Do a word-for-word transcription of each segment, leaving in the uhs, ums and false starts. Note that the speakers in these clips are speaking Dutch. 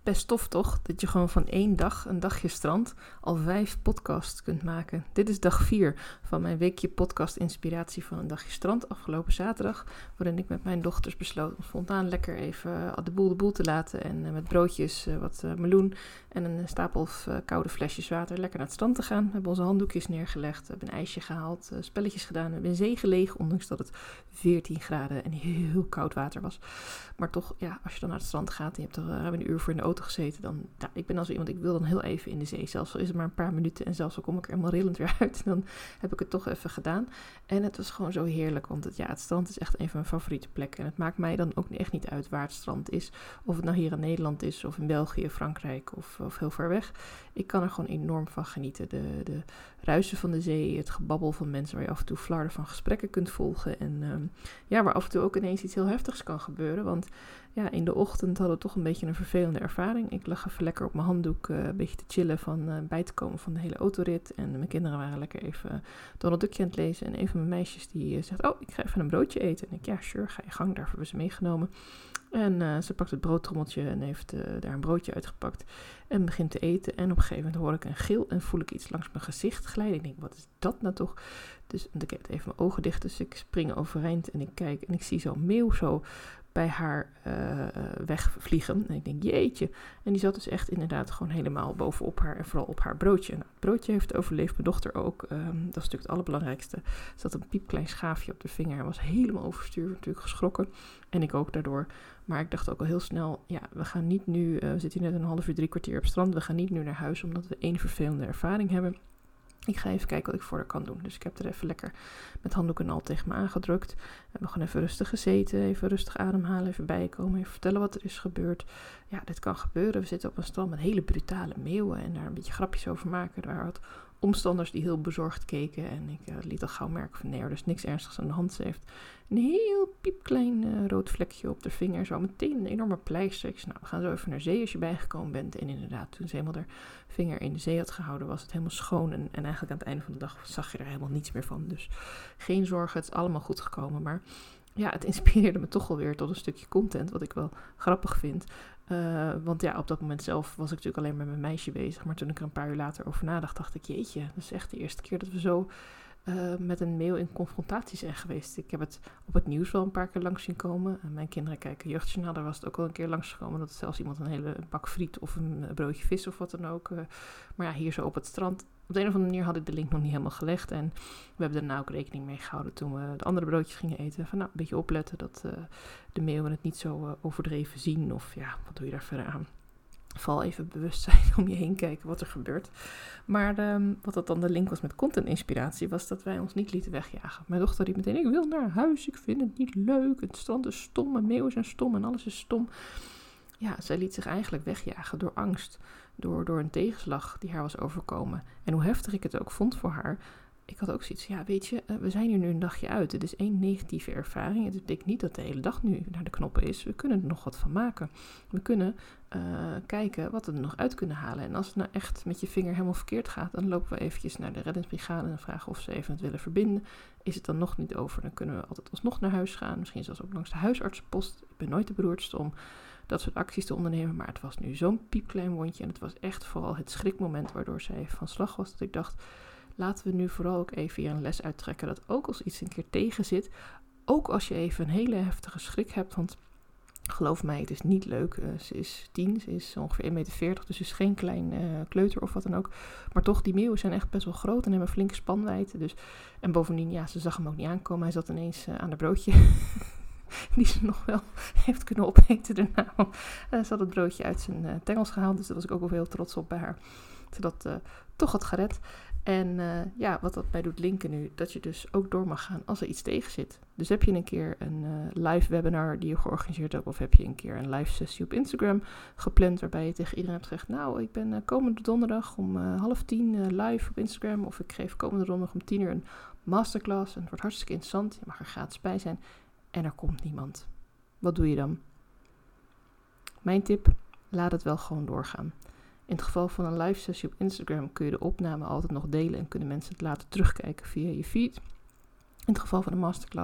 Best tof toch, dat je gewoon van één dag, een dagje strand, al vijf podcasts kunt maken. Dit is dag vier van mijn weekje podcast inspiratie van een dagje strand afgelopen zaterdag, waarin ik met mijn dochters besloot om spontaan lekker even de boel de boel te laten en uh, met broodjes, uh, wat uh, meloen en een stapel of, uh, koude flesjes water lekker naar het strand te gaan. We hebben onze handdoekjes neergelegd, we hebben een ijsje gehaald, uh, spelletjes gedaan, we hebben in zee gelegen, ondanks dat het veertien graden en heel koud water was. Maar toch, ja, als je dan naar het strand gaat en je hebt er ruim een uur voor in de auto gezeten, dan, ja, ik ben als iemand, ik wil dan heel even in de zee, zelfs al is het maar een paar minuten en zelfs al kom ik er helemaal rillend weer uit, dan heb ik het toch even gedaan. En het was gewoon zo heerlijk, want het, ja, het strand is echt een van mijn favoriete plekken. En het maakt mij dan ook echt niet uit waar het strand is, of het nou hier in Nederland is, of in België, Frankrijk, of, of heel ver weg. Ik kan er gewoon enorm van genieten. De, de ruisen van de zee, het gebabbel van mensen waar je af en toe flarden van gesprekken kunt volgen. En um, ja, waar af en toe ook ineens iets heel heftigs kan gebeuren, want ja, in de ochtend hadden we toch een beetje een vervelende ervaring. Ik lag even lekker op mijn handdoek uh, een beetje te chillen van uh, bij te komen van de hele autorit. En mijn kinderen waren lekker even uh, Donald Duckje aan het lezen. En een van mijn meisjes die uh, zegt, oh, ik ga even een broodje eten. En ik, ja, sure, ga je gang. Daarvoor hebben ze meegenomen. En uh, ze pakt het broodtrommeltje en heeft uh, daar een broodje uitgepakt. En begint te eten. En op een gegeven moment hoor ik een gil en voel ik iets langs mijn gezicht glijden. Ik denk, wat is dat nou toch? Dus ik heb even mijn ogen dicht, dus ik spring overeind en ik kijk. En ik zie zo'n meeuw zo bij haar uh, wegvliegen. En ik denk, jeetje. En die zat dus echt inderdaad gewoon helemaal bovenop haar en vooral op haar broodje. Nou, het broodje heeft overleefd, mijn dochter ook. Um, dat is natuurlijk het allerbelangrijkste. Er zat een piepklein schaafje op de vinger. Hij was helemaal overstuur, natuurlijk geschrokken. En ik ook daardoor. Maar ik dacht ook al heel snel, ja, we gaan niet nu, uh, we zitten hier net een half uur, drie kwartier op het strand. We gaan niet nu naar huis, omdat we één vervelende ervaring hebben. Ik ga even kijken wat ik voor haar kan doen. Dus ik heb er even lekker met handdoek en al tegen me aangedrukt. We hebben gewoon even rustig gezeten. Even rustig ademhalen. Even bijkomen. Even vertellen wat er is gebeurd. Ja, dit kan gebeuren. We zitten op een strand met hele brutale meeuwen. En daar een beetje grapjes over maken. Er waren wat omstanders die heel bezorgd keken. En ik uh, liet al gauw merken van nee, er is niks ernstigs aan de hand. Ze heeft een heel piepklein uh, rood vlekje op de vinger. Zo meteen een enorme pleister. Ik zei, nou, we gaan zo even naar zee als je bijgekomen bent. En inderdaad, toen ze helemaal haar vinger in de zee had gehouden, was het helemaal schoon. En, en eigenlijk aan het einde van de dag zag je er helemaal niets meer van. Dus geen zorgen, het is allemaal goed gekomen. Maar ja, het inspireerde me toch wel weer tot een stukje content, wat ik wel grappig vind. Uh, want ja, op dat moment zelf was ik natuurlijk alleen maar met mijn meisje bezig. Maar toen ik er een paar uur later over nadacht, dacht ik, jeetje, dat is echt de eerste keer dat we zo uh, met een meeuw in confrontatie zijn geweest. Ik heb het op het nieuws wel een paar keer langs zien komen. Uh, mijn kinderen kijken Jeugdjournaal, daar was het ook al een keer langsgekomen. Dat zelfs iemand een hele bak friet of een broodje vis of wat dan ook. Uh, maar ja, hier zo op het strand. Op de een of andere manier had ik de link nog niet helemaal gelegd. En we hebben er nou ook rekening mee gehouden toen we de andere broodjes gingen eten. Van nou, een beetje opletten dat uh, de meeuwen het niet zo uh, overdreven zien. Of ja, wat doe je daar verder aan? Val even bewust zijn om je heen kijken wat er gebeurt. Maar um, wat dat dan de link was met content inspiratie, was dat wij ons niet lieten wegjagen. Mijn dochter riep meteen, ik wil naar huis, ik vind het niet leuk. Het strand is stom en meeuwen zijn stom en alles is stom. Ja, zij liet zich eigenlijk wegjagen door angst. Door, door een tegenslag die haar was overkomen. En hoe heftig ik het ook vond voor haar. Ik had ook zoiets ja, weet je, we zijn hier nu een dagje uit. Het is één negatieve ervaring. Het betekent niet dat de hele dag nu naar de knoppen is. We kunnen er nog wat van maken. We kunnen uh, kijken wat we er nog uit kunnen halen. En als het nou echt met je vinger helemaal verkeerd gaat, dan lopen we eventjes naar de reddingsbrigade en vragen of ze even het willen verbinden. Is het dan nog niet over, dan kunnen we altijd alsnog naar huis gaan. Misschien zelfs ook langs de huisartsenpost. Ik ben nooit de beroerdste om dat soort acties te ondernemen. Maar het was nu zo'n piepklein wondje. En het was echt vooral het schrikmoment waardoor zij van slag was. Dat ik dacht, laten we nu vooral ook even hier een les uittrekken. Dat ook als iets een keer tegen zit. Ook als je even een hele heftige schrik hebt. Want geloof mij, het is niet leuk. Uh, ze is tien, ze is ongeveer één meter veertig. Dus ze is geen klein uh, kleuter of wat dan ook. Maar toch, die meeuwen zijn echt best wel groot. En hebben een flinke spanwijdte. Dus, en bovendien, ja, ze zag hem ook niet aankomen. Hij zat ineens uh, aan het broodje. Die ze nog wel heeft kunnen opeten daarna. Uh, ze had het broodje uit zijn uh, tengels gehaald. Dus daar was ik ook wel heel trots op bij haar. Ze dat uh, toch had gered. En uh, ja, wat dat mij doet linken nu, dat je dus ook door mag gaan als er iets tegen zit. Dus heb je een keer een uh, live webinar die je georganiseerd hebt, of heb je een keer een live sessie op Instagram gepland, waarbij je tegen iedereen hebt gezegd, nou, ik ben uh, komende donderdag om uh, half tien uh, live op Instagram, of ik geef komende donderdag om tien uur een masterclass, en het wordt hartstikke interessant, je mag er gratis bij zijn, en er komt niemand. Wat doe je dan? Mijn tip, laat het wel gewoon doorgaan. In het geval van een live sessie op Instagram kun je de opname altijd nog delen en kunnen mensen het later terugkijken via je feed. In het geval van een masterclass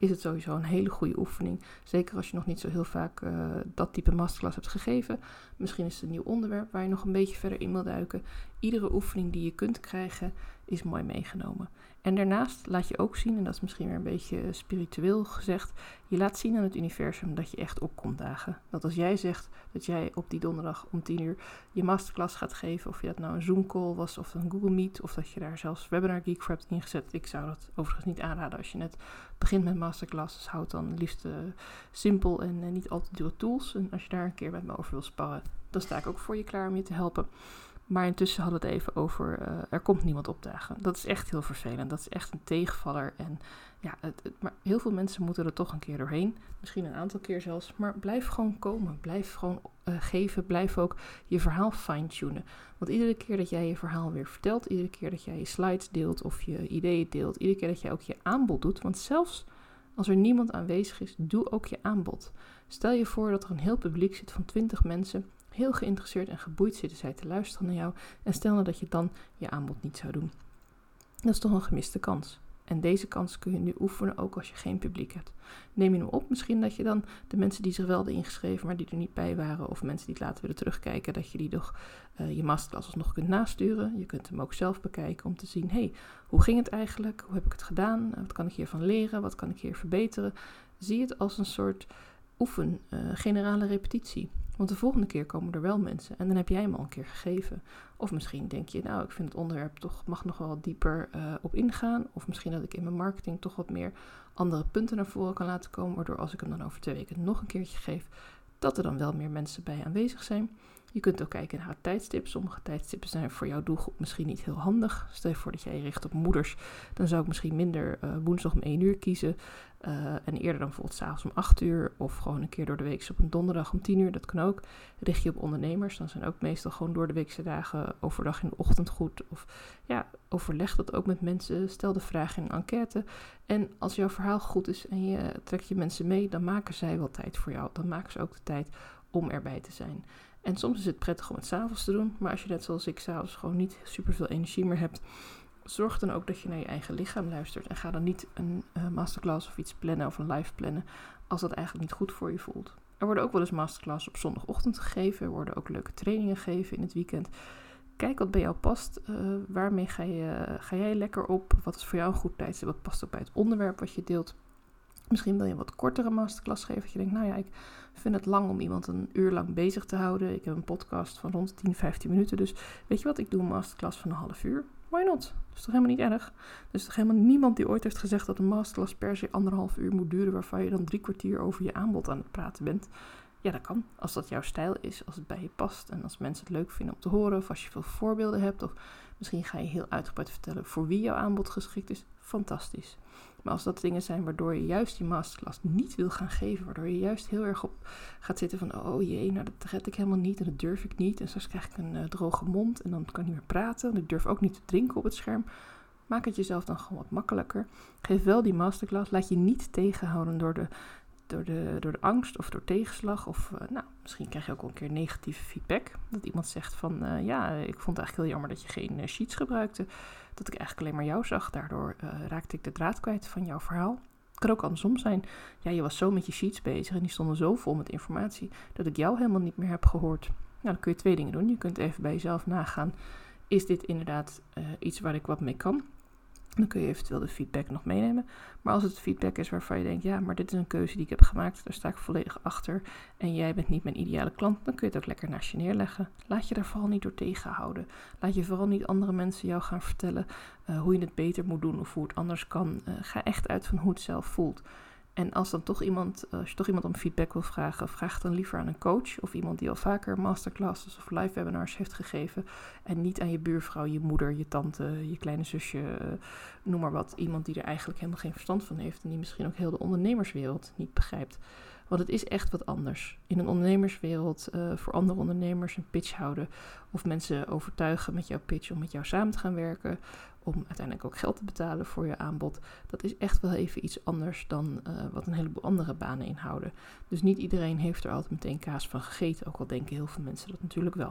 is het sowieso een hele goede oefening. Zeker als je nog niet zo heel vaak uh, dat type masterclass hebt gegeven. Misschien is het een nieuw onderwerp waar je nog een beetje verder in wil duiken. Iedere oefening die je kunt krijgen is mooi meegenomen. En daarnaast laat je ook zien, en dat is misschien weer een beetje spiritueel gezegd, je laat zien aan het universum dat je echt opkomt dagen. Dat als jij zegt dat jij op die donderdag om tien uur je masterclass gaat geven, of je dat nou een Zoom call was of een Google Meet, of dat je daar zelfs Webinar Geek voor hebt ingezet. Ik zou dat overigens niet aanraden als je net begint met masterclasses. Houd dan liefst uh, simpel en uh, niet al te dure tools. En als je daar een keer met me over wil sparren, dan sta ik ook voor je klaar om je te helpen. Maar intussen hadden we het even over, uh, er komt niemand opdagen. Dat is echt heel vervelend. Dat is echt een tegenvaller. En ja, het, het, maar heel veel mensen moeten er toch een keer doorheen. Misschien een aantal keer zelfs. Maar blijf gewoon komen. Blijf gewoon uh, geven. Blijf ook je verhaal fine-tunen. Want iedere keer dat jij je verhaal weer vertelt, iedere keer dat jij je slides deelt of je ideeën deelt, iedere keer dat jij ook je aanbod doet. Want zelfs als er niemand aanwezig is, doe ook je aanbod. Stel je voor dat er een heel publiek zit van twintig mensen, heel geïnteresseerd en geboeid zitten zij te luisteren naar jou. En stel nou dat je dan je aanbod niet zou doen. Dat is toch een gemiste kans. En deze kans kun je nu oefenen ook als je geen publiek hebt. Neem je hem op, misschien dat je dan de mensen die zich wel hadden ingeschreven, maar die er niet bij waren, of mensen die het later willen terugkijken, dat je die nog uh, je masterclass alsnog kunt nasturen. Je kunt hem ook zelf bekijken om te zien, hé, hey, hoe ging het eigenlijk? Hoe heb ik het gedaan? Wat kan ik hiervan leren? Wat kan ik hier verbeteren? Zie het als een soort oefen, uh, generale repetitie. Want de volgende keer komen er wel mensen en dan heb jij hem al een keer gegeven. Of misschien denk je, nou, ik vind het onderwerp toch mag nog wel wat dieper uh, op ingaan. Of misschien dat ik in mijn marketing toch wat meer andere punten naar voren kan laten komen. Waardoor als ik hem dan over twee weken nog een keertje geef, dat er dan wel meer mensen bij aanwezig zijn. Je kunt ook kijken naar tijdstippen. Sommige tijdstippen zijn voor jouw doelgroep misschien niet heel handig. Stel je voor dat jij je richt op moeders. Dan zou ik misschien minder uh, woensdag om één uur kiezen. Uh, en eerder dan bijvoorbeeld 's avonds om acht uur. Of gewoon een keer door de week op een donderdag om tien uur. Dat kan ook. Richt je op ondernemers. Dan zijn ook meestal gewoon door de weekse dagen overdag in de ochtend goed. Of ja, overleg dat ook met mensen. Stel de vraag in een enquête. En als jouw verhaal goed is en je trekt je mensen mee, dan maken zij wel tijd voor jou. Dan maken ze ook de tijd om erbij te zijn. En soms is het prettig om het 's avonds te doen. Maar als je net zoals ik 's avonds gewoon niet super veel energie meer hebt, zorg dan ook dat je naar je eigen lichaam luistert. En ga dan niet een uh, masterclass of iets plannen of een live plannen als dat eigenlijk niet goed voor je voelt. Er worden ook wel eens masterclass op zondagochtend gegeven. Er worden ook leuke trainingen gegeven in het weekend. Kijk wat bij jou past. Uh, waarmee ga, je, ga jij lekker op? Wat is voor jou een goed tijdstip? Wat past ook bij het onderwerp wat je deelt? Misschien wil je een wat kortere masterclass geven. Dat je denkt, nou ja, ik vind het lang om iemand een uur lang bezig te houden. Ik heb een podcast van rond tien, vijftien minuten. Dus weet je wat, ik doe een masterclass van een half uur. Why not? Dat is toch helemaal niet erg? Er is toch helemaal niemand die ooit heeft gezegd dat een masterclass per se anderhalf uur moet duren, waarvan je dan drie kwartier over je aanbod aan het praten bent. Ja, dat kan. Als dat jouw stijl is, als het bij je past en als mensen het leuk vinden om te horen, of als je veel voorbeelden hebt, of misschien ga je heel uitgebreid vertellen voor wie jouw aanbod geschikt is. Fantastisch. Maar als dat dingen zijn waardoor je juist die masterclass niet wil gaan geven, waardoor je juist heel erg op gaat zitten van, oh jee, nou dat red ik helemaal niet en dat durf ik niet. En straks krijg ik een uh, droge mond en dan kan ik niet meer praten. En ik durf ook niet te drinken op het scherm. Maak het jezelf dan gewoon wat makkelijker. Geef wel die masterclass. Laat je niet tegenhouden door de, door de, door de angst of door tegenslag. Of uh, nou, misschien krijg je ook wel een keer negatieve feedback. Dat iemand zegt van, uh, ja, ik vond het eigenlijk heel jammer dat je geen uh, sheets gebruikte. Dat ik eigenlijk alleen maar jou zag. Daardoor uh, raakte ik de draad kwijt van jouw verhaal. Het kan ook andersom zijn. Ja, je was zo met je sheets bezig en die stonden zo vol met informatie dat ik jou helemaal niet meer heb gehoord. Nou, dan kun je twee dingen doen. Je kunt even bij jezelf nagaan. Is dit inderdaad uh, iets waar ik wat mee kan? Dan kun je eventueel de feedback nog meenemen. Maar als het feedback is waarvan je denkt, ja, maar dit is een keuze die ik heb gemaakt, daar sta ik volledig achter en jij bent niet mijn ideale klant, dan kun je het ook lekker naast je neerleggen. Laat je daar vooral niet door tegenhouden. Laat je vooral niet andere mensen jou gaan vertellen uh, hoe je het beter moet doen of hoe het anders kan. Uh, ga echt uit van hoe het zelf voelt. En als dan toch iemand, als je toch iemand om feedback wil vragen, vraag dan liever aan een coach of iemand die al vaker masterclasses of live webinars heeft gegeven. En niet aan je buurvrouw, je moeder, je tante, je kleine zusje, noem maar wat. Iemand die er eigenlijk helemaal geen verstand van heeft en die misschien ook heel de ondernemerswereld niet begrijpt. Want het is echt wat anders. In een ondernemerswereld uh, voor andere ondernemers een pitch houden of mensen overtuigen met jouw pitch om met jou samen te gaan werken, om uiteindelijk ook geld te betalen voor je aanbod. Dat is echt wel even iets anders dan uh, wat een heleboel andere banen inhouden. Dus niet iedereen heeft er altijd meteen kaas van gegeten, ook al denken heel veel mensen dat natuurlijk wel.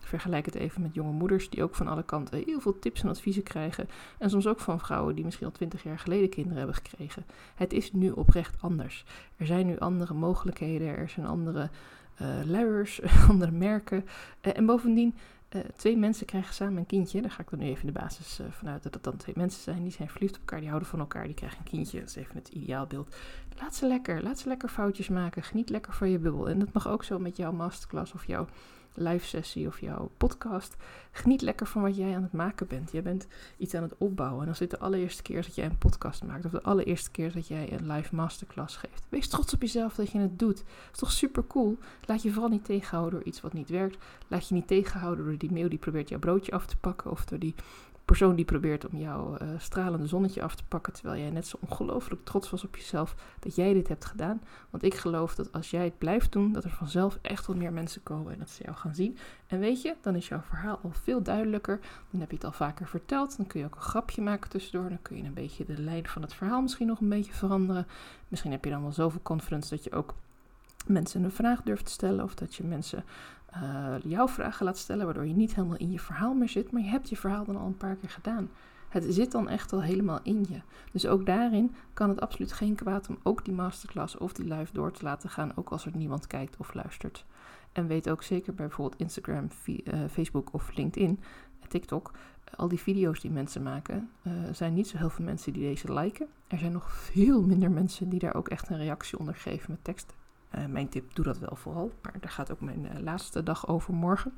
Vergelijk het even met jonge moeders die ook van alle kanten heel veel tips en adviezen krijgen. En soms ook van vrouwen die misschien al twintig jaar geleden kinderen hebben gekregen. Het is nu oprecht anders. Er zijn nu andere mogelijkheden, er zijn andere uh, luiers, andere merken. Uh, en bovendien, uh, twee mensen krijgen samen een kindje. Daar ga ik dan nu even de basis uh, vanuit dat het dan twee mensen zijn. Die zijn verliefd op elkaar, die houden van elkaar, die krijgen een kindje. Dat is even het ideaalbeeld. Laat ze lekker, laat ze lekker foutjes maken. Geniet lekker van je bubbel. En dat mag ook zo met jouw masterclass of jouw live sessie of jouw podcast. Geniet lekker van wat jij aan het maken bent. Jij bent iets aan het opbouwen. En als dit de allereerste keer is dat jij een podcast maakt, of de allereerste keer dat jij een live masterclass geeft, wees trots op jezelf dat je het doet. Dat is toch super cool? Laat je vooral niet tegenhouden door iets wat niet werkt. Laat je niet tegenhouden door die mail die probeert jouw broodje af te pakken, of door die persoon die probeert om jouw uh, stralende zonnetje af te pakken, terwijl jij net zo ongelooflijk trots was op jezelf dat jij dit hebt gedaan. Want ik geloof dat als jij het blijft doen, dat er vanzelf echt wel meer mensen komen en dat ze jou gaan zien. En weet je, dan is jouw verhaal al veel duidelijker. Dan heb je het al vaker verteld. Dan kun je ook een grapje maken tussendoor. Dan kun je een beetje de lijn van het verhaal misschien nog een beetje veranderen. Misschien heb je dan wel zoveel confidence dat je ook mensen een vraag durft te stellen, of dat je mensen uh, jouw vragen laat stellen, waardoor je niet helemaal in je verhaal meer zit, maar je hebt je verhaal dan al een paar keer gedaan. Het zit dan echt al helemaal in je. Dus ook daarin kan het absoluut geen kwaad om ook die masterclass of die live door te laten gaan, ook als er niemand kijkt of luistert. En weet ook zeker bij bijvoorbeeld Instagram, via, uh, Facebook of LinkedIn, TikTok, al die video's die mensen maken, uh, zijn niet zo heel veel mensen die deze liken. Er zijn nog veel minder mensen die daar ook echt een reactie onder geven met tekst. Uh, mijn tip, doe dat wel vooral. Maar daar gaat ook mijn uh, laatste dag over morgen.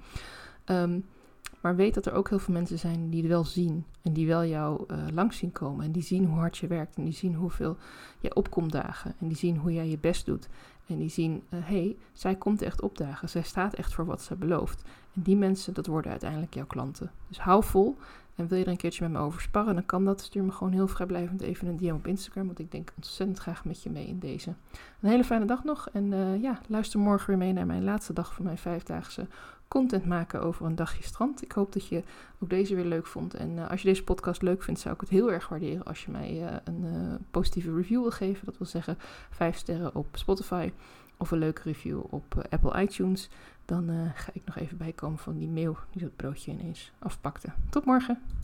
Um, maar weet dat er ook heel veel mensen zijn die het wel zien. En die wel jou uh, langs zien komen. En die zien hoe hard je werkt. En die zien hoeveel je opkomt dagen. En die zien hoe jij je best doet. En die zien, hé, uh, hey, zij komt echt opdagen. Zij staat echt voor wat ze belooft. En die mensen, dat worden uiteindelijk jouw klanten. Dus hou vol. En wil je er een keertje met me over sparren, dan kan dat. Stuur me gewoon heel vrijblijvend even een D M op Instagram. Want ik denk ontzettend graag met je mee in deze. Een hele fijne dag nog. En uh, ja, luister morgen weer mee naar mijn laatste dag van mijn vijfdaagse content maken over een dagje strand. Ik hoop dat je ook deze weer leuk vond. En uh, als je deze podcast leuk vindt, zou ik het heel erg waarderen als je mij uh, een uh, positieve review wil geven. Dat wil zeggen vijf sterren op Spotify of een leuke review op uh, Apple iTunes. Dan uh, ga ik nog even bijkomen van die mail die dat broodje ineens afpakte. Tot morgen!